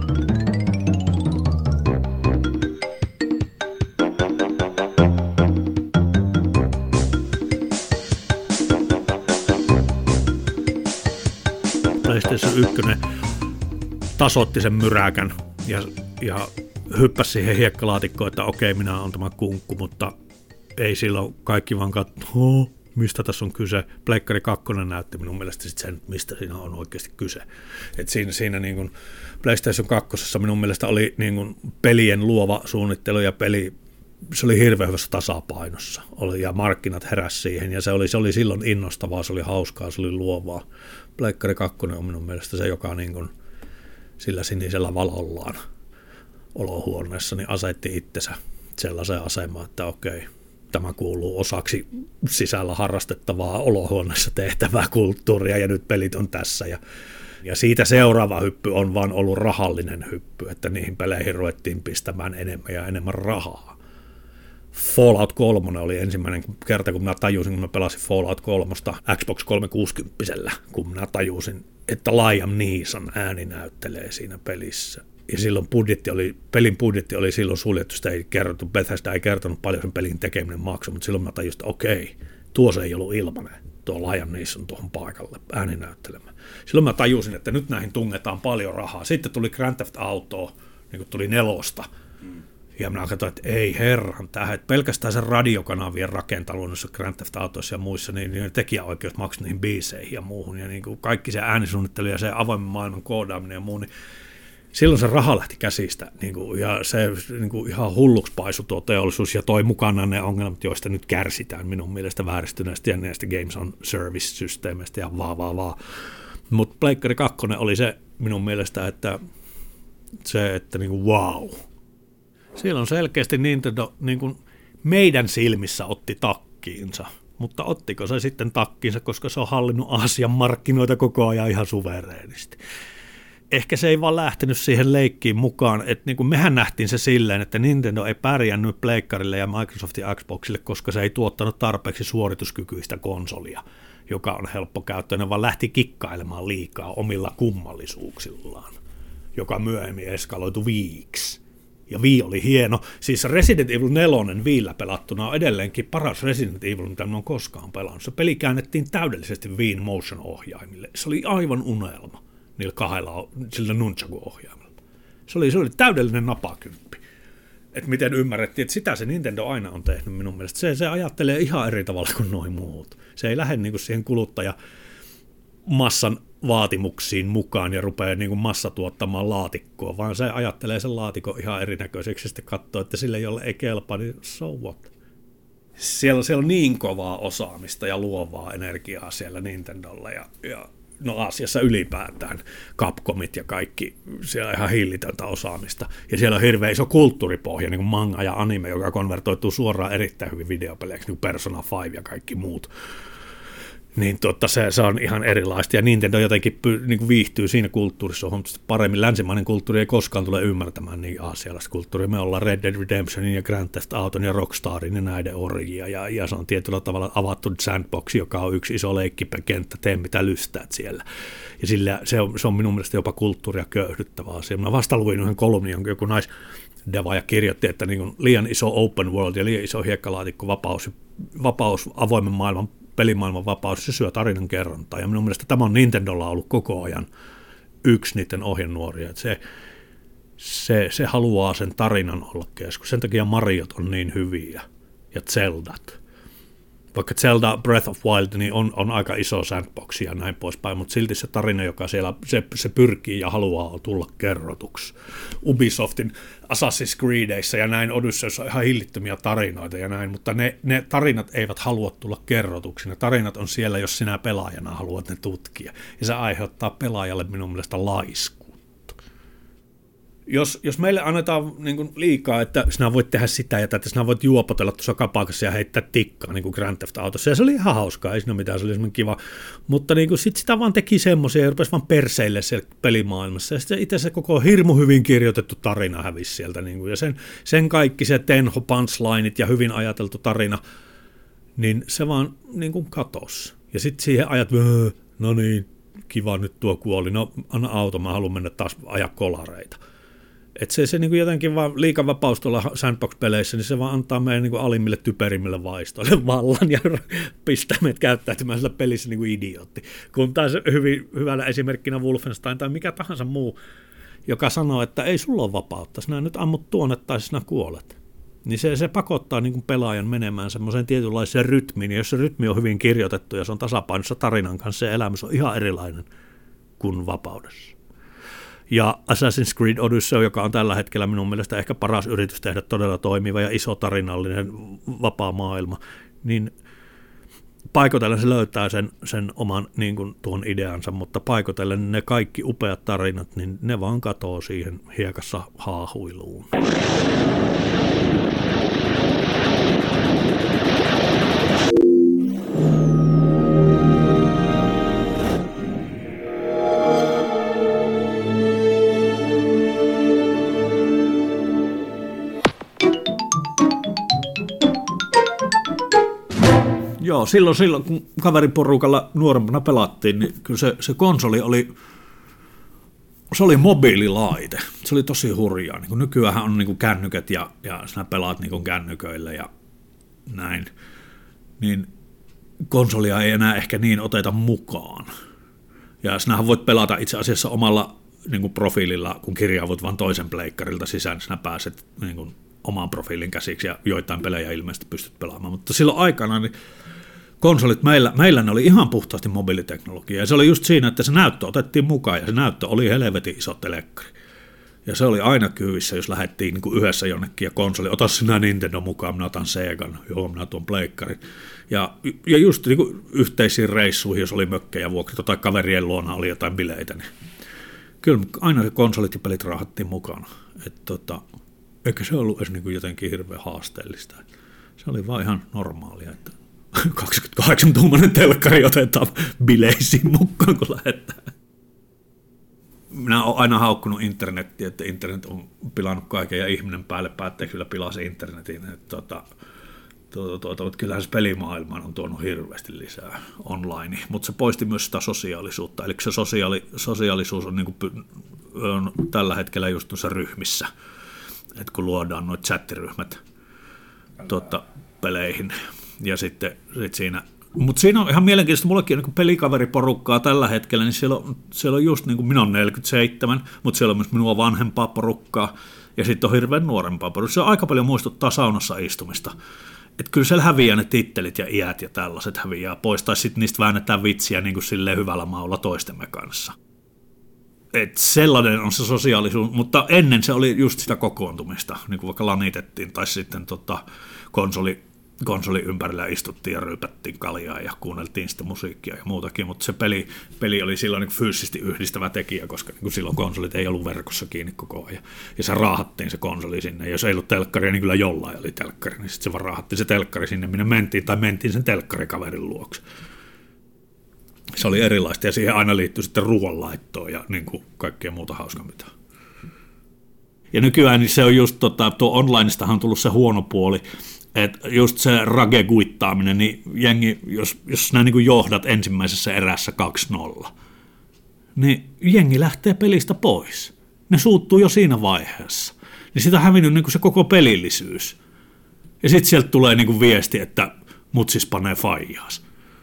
PlayStation 1 tasoitti sen myräkän ja hyppäsi siihen hiekkalaatikkoon, että okei, minä olen tämä kunkku, mutta ei silloin kaikki vaan katsoa, mistä tässä on kyse. Pleikkari 2 näytti minun mielestä sit sen, mistä siinä on oikeasti kyse. Et siinä niin kuin PlayStation 2 minun mielestä oli niin kuin pelien luova suunnittelu ja se oli hirveän hyvässä tasapainossa ja markkinat heräsi siihen ja se oli silloin innostavaa, se oli hauskaa, se oli luovaa. Pleikkari 2 on minun mielestä se, joka niin kuin sillä sinisellä valollaan olohuoneessa niin asetti itsensä sellaiseen asemaan, että okei, tämä kuuluu osaksi sisällä harrastettavaa olohuoneessa tehtävää kulttuuria ja nyt pelit on tässä. Ja siitä seuraava hyppy on vaan ollut rahallinen hyppy, että niihin peleihin ruvettiin pistämään enemmän ja enemmän rahaa. Fallout 3 oli ensimmäinen kerta, kun minä tajusin, kun mä pelasin Fallout 3 Xbox 360, kun minä tajusin, että Liam Neeson ääni näyttelee siinä pelissä. Ja silloin pelin budjetti oli silloin suljettu, sitä ei kerrottu, Bethesda ei kertonut paljon sen pelin tekeminen maksoi, mutta silloin mä tajusin, että okei, tuo se ei ollut ilmanen, tuo Liam Neeson tuohon paikalle ääni näyttelemään. Silloin mä tajusin, että nyt näihin tungetaan paljon rahaa. Sitten tuli Grand Theft Auto, niin kuin tuli 4. Ja minä katsoin, että ei herran tähän, että pelkästään sen radiokanavien rakentelu noissa Grand Theft Autoissa ja muissa, niin ne tekijäoikeus maksoi niihin biiseihin ja muuhun. Ja niin kuin kaikki se äänisuunnittelu ja se avoimen maailman koodaaminen ja muu, niin silloin se raha lähti käsistä, niin kuin, ja se niin kuin ihan hulluksi paisui tuo teollisuus, ja toi mukana ne ongelmat, joista nyt kärsitään minun mielestä vääristyneistä ja näistä Games on Service-systeemeistä ja vaan. Mutta Pleikkari 2 oli se minun mielestä, että niin kuin wow. Silloin selkeästi Nintendo niin kuin meidän silmissä otti takkiinsa, mutta ottiko se sitten takkiinsa, koska se on hallinnut Aasian markkinoita koko ajan ihan suvereenisti. Ehkä se ei vaan lähtenyt siihen leikkiin mukaan, että niin kuin mehän nähtiin se silleen, että Nintendo ei pärjännyt Pleikkarille ja Microsoftin Xboxille, koska se ei tuottanut tarpeeksi suorituskykyistä konsolia, joka on helppokäyttöinen, vaan lähti kikkailemaan liikaa omilla kummallisuuksillaan, joka myöhemmin eskaloitu Viiksi. Ja Wii oli hieno. Siis Resident Evil 4 Viillä pelattuna on edelleenkin paras Resident Evil, mitä minä olen koskaan pelannut. Se peli käännettiin täydellisesti Wiin Motion-ohjaimille. Se oli aivan unelma niillä kahdella sillä Nunchaku-ohjaimella. Se oli täydellinen napakymppi. Että miten ymmärrettiin, että sitä se Nintendo aina on tehnyt minun mielestä. Se ajattelee ihan eri tavalla kuin noin muut. Se ei lähde niinku siihen kuluttajamassan vaatimuksiin mukaan ja rupeaa niin kuin massa tuottamaan laatikkoa, vaan se ajattelee sen laatikon ihan erinäköiseksi ja sitten katsoo, että sille, jolle ei kelpaa, niin so what? Siellä on niin kovaa osaamista ja luovaa energiaa siellä Nintendolla ja no Aasiassa ylipäätään, Capcomit ja kaikki, siellä on ihan hillitöntä osaamista. Ja siellä on hirveän iso kulttuuripohja, niin kuin manga ja anime, joka konvertoituu suoraan erittäin hyvin videopeleiksi, niin kuin Persona 5 ja kaikki muut. Niin se on ihan erilaista, ja Nintendo jotenkin niin kuin viihtyy siinä kulttuurissa huomattavasti paremmin. Länsimainen kulttuuri ei koskaan tule ymmärtämään niin aasialaista kulttuuria. Me ollaan Red Dead Redemptionin ja Grand Theft Auton ja Rockstarin ja näiden orjia, ja se on tietyllä tavalla avattu sandbox, joka on yksi iso leikkikenttä, tee mitä lystäät siellä. Ja sillä se on minun mielestä jopa kulttuuria köyhdyttävä asia. Mä vasta luin yhden kolumnin, jonka joku naisdevaaja kirjoitti, että niin kuin liian iso open world ja liian iso hiekkalaatikko vapaus avoimen maailman pelimaailman vapaus, se syö tarinan kerrontaa, ja minun mielestä tämä on Nintendolla ollut koko ajan yksi niiden ohjenuoria, että se haluaa sen tarinan olla keskus, sen takia Mariot on niin hyviä, ja Zeldat. Vaikka Zelda Breath of Wild niin on aika iso sandbox ja näin poispäin, mutta silti se tarina, joka siellä, se pyrkii ja haluaa tulla kerrotuksi. Ubisoftin Assassin's Creedissä ja näin Odysseissa on ihan hillittömiä tarinoita ja näin, mutta ne tarinat eivät halua tulla kerrotuksi. Ne tarinat on siellä, jos sinä pelaajana haluat ne tutkia. Ja se aiheuttaa pelaajalle minun mielestä laiskuutta. Jos meille annetaan niin kuin liikaa, että sinä voit tehdä sitä ja tätä, sinä voit juopotella tuossa kapakassa ja heittää tikkaa niin kuin Grand Theft Autossa, ja se oli ihan hauskaa, ei siinä mitään, se oli semmoinen kiva, mutta niin sitten sitä vaan teki semmoisia ja rupesi vaan perseille siellä pelimaailmassa, ja sitten itse se koko hirmu hyvin kirjoitettu tarina hävisi sieltä, niin kuin, ja sen kaikki se tenho punchlineit ja hyvin ajateltu tarina, niin se vaan niin kuin katosi, ja sitten siihen ajat, no niin, kiva, nyt tuo kuoli, no anna auto, mä haluan mennä taas ajaa kolareita. Että se niin kuin jotenkin vaan liikavapaus tuolla sandbox-peleissä, niin se vaan antaa meidän niin kuin alimmille typerimmille vaistoille vallan ja pistää meidät käyttäytymään sillä pelissä niin kuin idiootti. Kun taas hyvällä esimerkkinä Wolfenstein tai mikä tahansa muu, joka sanoo, että ei sulla ole vapautta, sinä nyt ammut tuonne tai sinä kuolet. Niin se pakottaa niin kuin pelaajan menemään semmoiseen tietynlaiseen rytmiin, ja jos se rytmi on hyvin kirjoitettu ja se on tasapainossa tarinan kanssa, se elämys on ihan erilainen kuin vapaudessa. Ja Assassin's Creed Odyssey, joka on tällä hetkellä minun mielestä ehkä paras yritys tehdä todella toimiva ja iso tarinallinen vapaa maailma, niin paikotellen se löytää sen oman niin kuin tuon ideansa, mutta paikotellen ne kaikki upeat tarinat, niin ne vaan katoo siihen hiekassa haahuiluun. Joo, silloin kun kaveriporukalla nuorempana pelattiin, niin kyllä se konsoli oli mobiililaite. Se oli tosi hurjaa. Niin nykyäänhän on niin kännykät ja sinä pelaat niin kännyköillä ja näin. Niin konsolia ei enää ehkä niin oteta mukaan. Ja sinähän voit pelata itse asiassa omalla niin profiililla, kun kirjaavut vaan toisen pleikkarilta sisään, sinä pääset niin omaan profiilin käsiksi ja joitain pelejä ilmeisesti pystyt pelaamaan. Mutta silloin aikana niin konsolit meillä ne oli ihan puhtaasti mobiiliteknologia, ja se oli just siinä, että se näyttö otettiin mukaan, ja se näyttö oli helvetin iso telekkari. Ja se oli aina kyyvissä, jos lähdettiin niin kuin yhdessä jonnekin ja konsoli, ota sinä Nintendo mukaan, minä otan Segan, joo, minä tuon pleikkarin. Ja just niin kuin yhteisiin reissuihin, jos oli mökkejä vuokrit tai kaverien luona oli jotain bileitä, niin kyllä aina se konsolit ja pelit raahattiin mukana. Eikä se ollut edes niin kuin jotenkin hirveän haasteellista. Se oli vaan ihan normaalia, että 28-tuumainen telkkari otetaan bileisiin mukaan, kun lähdetään. Minä olen aina haukkunut internettiä, että internet on pilannut kaiken ja ihminen päälle päätteeksi kyllä pilasi internetin. Kyllähän se pelimaailmaan on tuonut hirveästi lisää online, mutta se poisti myös sitä sosiaalisuutta. Eli se sosiaalisuus on, niin kuin, on tällä hetkellä just noissa ryhmissä, että kun luodaan nuo chattiryhmät peleihin ja sitten siinä. Mutta siinä on ihan mielenkiintoista, mullekin on niin pelikaveriporukkaa tällä hetkellä, niin siellä on just niin kuin minä olen 47, mutta siellä on myös minua vanhempaa porukkaa ja sitten on hirveän nuorempaa porukkaa. Se on aika paljon muistuttaa saunassa istumista. Että kyllä siellä häviää ne tittelit ja iät ja tällaiset häviää pois, tai sitten niistä väännetään vitsiä niin kuin silleen hyvällä maulla toistemme kanssa. Et sellainen on se sosiaalisuus, mutta ennen se oli just sitä kokoontumista, niin kuin vaikka lanitettiin, tai sitten konsoli ympärillä istuttiin ja ryypättiin kaljaa ja kuunneltiin sitä musiikkia ja muutakin, mutta se peli oli silloin niin fyysisesti yhdistävä tekijä, koska niin silloin konsolit ei ollut verkossa kiinni koko ajan. Ja se raahattiin se konsoli sinne. Ja jos ei ollut telkkaria, niin kyllä jollain oli telkkari, niin sitten se vaan raahattiin se telkkari sinne, minne mentiin, tai mentiin sen telkkarikaverin luokse. Se oli erilaista, ja siihen aina liittyi sitten ruoanlaittoon ja niin kuin kaikkea muuta hauskanpitoa. Ja nykyään niin se on just, tuo onlineistahan on tullut se huono puoli, että just se rage-kuittaaminen, niin jengi, jos nämä niin johdat ensimmäisessä erässä 2-0, niin jengi lähtee pelistä pois. Ne suuttuu jo siinä vaiheessa. Niin sitä on hävinnyt niin se koko pelillisyys. Ja sitten sieltä tulee niin viesti, että mutsis panee faijaas.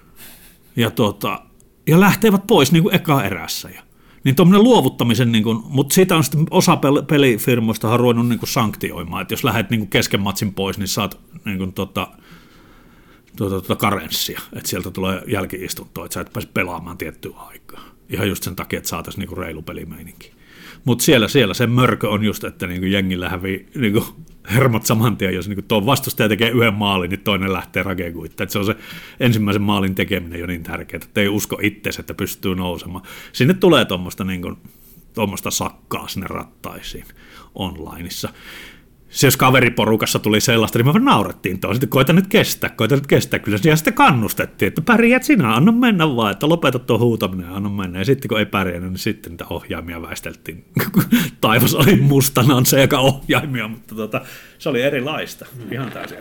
Ja lähtevät pois niin eka erässä. Niin tuommoinen luovuttamisen, mutta siitä on sitten osa pelifirmoista on ruvennut sanktioimaan, että jos lähdet kesken matsin pois, niin saat karenssia, että sieltä tulee jälki-istuntoa, että sä et pääse pelaamaan tiettyä aikaa. Ihan just sen takia, että saataisiin reilu pelimeininki. Mutta siellä se mörkö on just, että jengillä hävii hermot saman tien, jos tuo vastustaja tekee yhden maalin, niin toinen lähtee rakeekuittaan. Se on se ensimmäisen maalin tekeminen jo niin tärkeää, että ei usko itseensä, että pystyy nousemaan. Sinne tulee tuommoista sakkaa sinne rattaisiin onlineissa. Se, jos kaveriporukassa tuli sellaista, niin me vaan naurettiin tuohon. Sitten koita nyt kestää. Kyllä ja sitten kannustettiin, että pärjät sinä, anna mennä vaan, että lopeta tuo huutaminen, anna mennä. Ja sitten kun ei pärjännyt, niin sitten niitä ohjaimia väisteltiin. Taivas oli mustanaan se, joka ohjaimia, mutta se oli erilaista. Ihan täysin.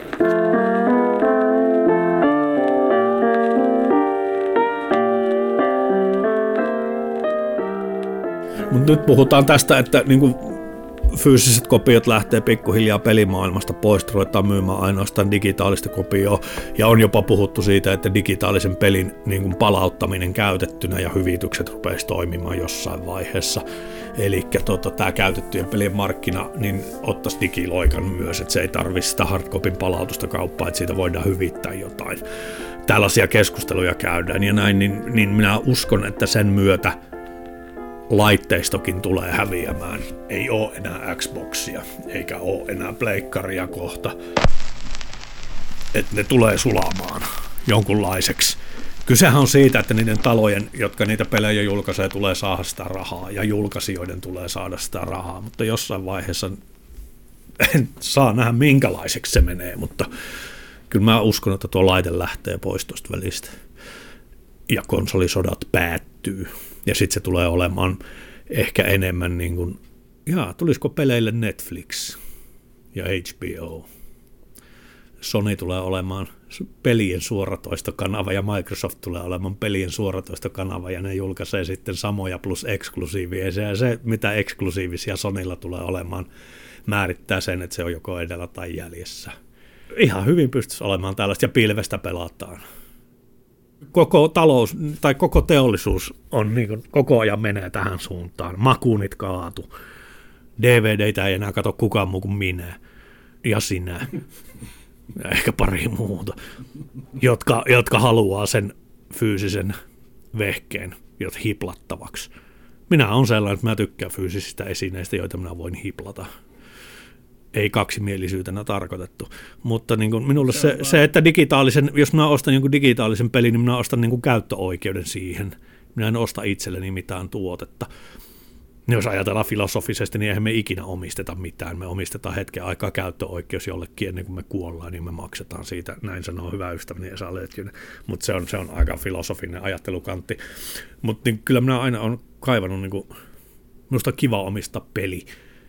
Mutta nyt puhutaan tästä, että fyysiset kopiot lähtee pikkuhiljaa pelimaailmasta pois, ruvetaan myymään ainoastaan digitaalista kopioa, ja on jopa puhuttu siitä, että digitaalisen pelin palauttaminen käytettynä ja hyvitykset rupeaisi toimimaan jossain vaiheessa. Eli tämä käytettyjen pelien markkina niin ottaisi digiloikan myös, että se ei tarvitse sitä hardcopin palautusta kauppaa, että siitä voidaan hyvittää jotain. Tällaisia keskusteluja käydään ja näin, niin minä uskon, että sen myötä laitteistokin tulee häviämään. Ei ole enää Xboxia, eikä ole enää pleikkaria kohta. Että ne tulee sulamaan jonkunlaiseksi. Kysehän on siitä, että niiden talojen, jotka niitä pelejä julkaisee, tulee saada sitä rahaa, ja julkaisijoiden tulee saada sitä rahaa, mutta jossain vaiheessa en saa nähdä minkälaiseksi se menee, mutta kyllä mä uskon, että tuo laite lähtee pois tuosta välistä. Ja konsolisodat päättyy. Ja sitten se tulee olemaan ehkä enemmän tulisiko peleille Netflix ja HBO. Sony tulee olemaan pelien suoratoistokanava ja Microsoft tulee olemaan pelien suoratoistokanava ja ne julkaisee sitten samoja plus eksklusiivisia. Ja se, mitä eksklusiivisia Sonylla tulee olemaan, määrittää sen, että se on joko edellä tai jäljessä. Ihan hyvin pystyisi olemaan tällaista ja pilvestä pelataan. Koko talous tai koko teollisuus on koko ajan menee tähän suuntaan. Makuunit kaatu. DVDitä ei enää katso kukaan muu kuin minä ja sinä. Ja ehkä pari muuta, jotka haluaa sen fyysisen vehkeen hiplattavaksi. Minä olen sellainen, että mä tykkään fyysisistä esineistä, joita minä voin hiplata. Ei kaksimielisyytenä tarkoitettu, mutta niin kuin minulle se, että jos minä ostan jonkun digitaalisen pelin, niin minä ostan niin kuin käyttöoikeuden siihen. Minä en osta itselleni mitään tuotetta. Jos ajatellaan filosofisesti, niin eihän me ikinä omisteta mitään. Me omistetaan hetken aikaa käyttöoikeus jollekin ennen kuin me kuollaan, niin me maksetaan siitä. Näin sanoo hyvä ystäväni Esa Lötjönen. Mutta se on aika filosofinen ajattelukantti. Mutta niin kyllä minä aina olen kaivannut, niin kuin, minusta on kiva omistaa peli,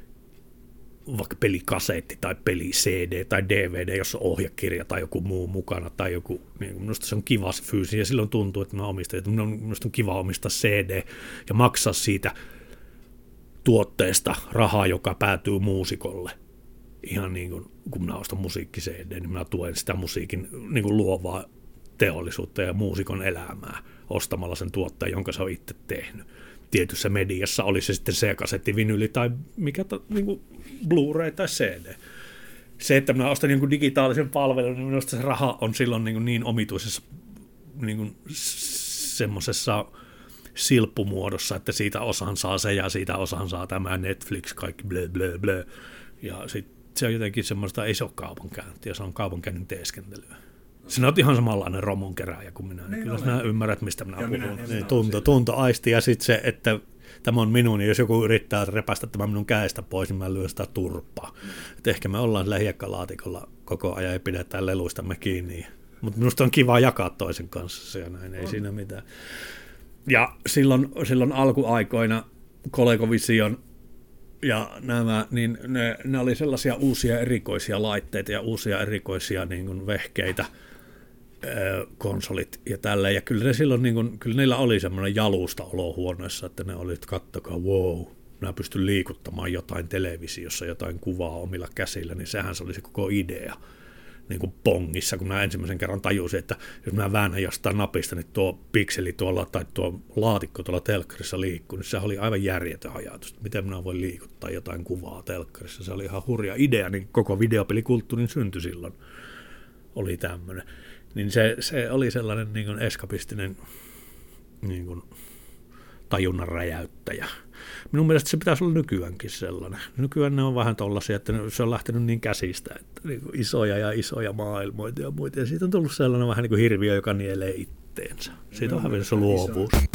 vaikka pelikasetti tai peli-CD tai DVD, jossa on ohjakirja tai joku muu mukana tai joku, niin minusta se on kiva se fyysinen ja silloin tuntuu, että mä omistan, että minusta on kiva omistaa CD ja maksaa siitä tuotteesta rahaa, joka päätyy muusikolle. Ihan niin kuin, kun minä ostan musiikki-CD, niin minä tuen sitä musiikin niin kuin luovaa teollisuutta ja muusikon elämää ostamalla sen tuotteen, jonka se on itse tehnyt. Tietyssä mediassa oli se sitten C-kasetti, vinyli tai mikä niin kuin Blu-ray tai CD. Se, että minä ostan jonkun digitaalisen palvelun, niin minusta se raha on silloin niin omituisessa niin semmoisessa silppumuodossa, että siitä osan saa se ja siitä osan saa tämä Netflix, kaikki blö blö blö. Ja sitten se on jotenkin semmoista, ei se ole kaupankäyntiä, se on kaupankäynnin teeskentelyä. Sinä olet ihan samanlainen romonkerääjä kuin minä. Niin kyllä sinä ymmärrät, mistä minä puhun. Niin, tunto aisti ja sitten se, että tämä on minun, niin jos joku yrittää repästä tämän minun käestä pois, niin mä lyön sitä turpaa. Et ehkä me ollaan sillä hiekkalaatikolla koko ajan ja pidetään leluistamme kiinni. Mutta minusta on kiva jakaa toisen kanssa se ja näin, ei siinä mitään. Ja silloin alkuaikoina ColecoVision ja nämä, niin ne oli sellaisia uusia erikoisia laitteita ja uusia erikoisia niin kuin vehkeitä, konsolit ja tälleen. Ja kyllä ne silloin, niin kuin, kyllä niillä oli semmoinen jalusta olohuoneessa, että ne oli, että kattokaa, wow, minä pystyn liikuttamaan jotain televisiossa, jotain kuvaa omilla käsillä, niin sehän se oli se koko idea. Niin kuin Pongissa, kun minä ensimmäisen kerran tajusin, että jos minä väännän jostain napista, niin tuo pikseli tuolla tai tuo laatikko tuolla telkkarissa liikkuu, niin se oli aivan järjetön ajatus, että miten minä voin liikuttaa jotain kuvaa telkkarissa. Se oli ihan hurja idea, niin koko videopelikulttuurin synty silloin oli tämmöinen. Niin se oli sellainen niin kuin eskapistinen niin kuin tajunnan räjäyttäjä. Minun mielestä se pitäisi olla nykyäänkin sellainen. Nykyään ne on vähän tollaisia, että se on lähtenyt niin käsistä, että niin kuin isoja maailmoita ja muita. Ja siitä on tullut sellainen vähän niin kuin hirviö, joka nielee itteensä. Siitä on hävinnyt se luovuus.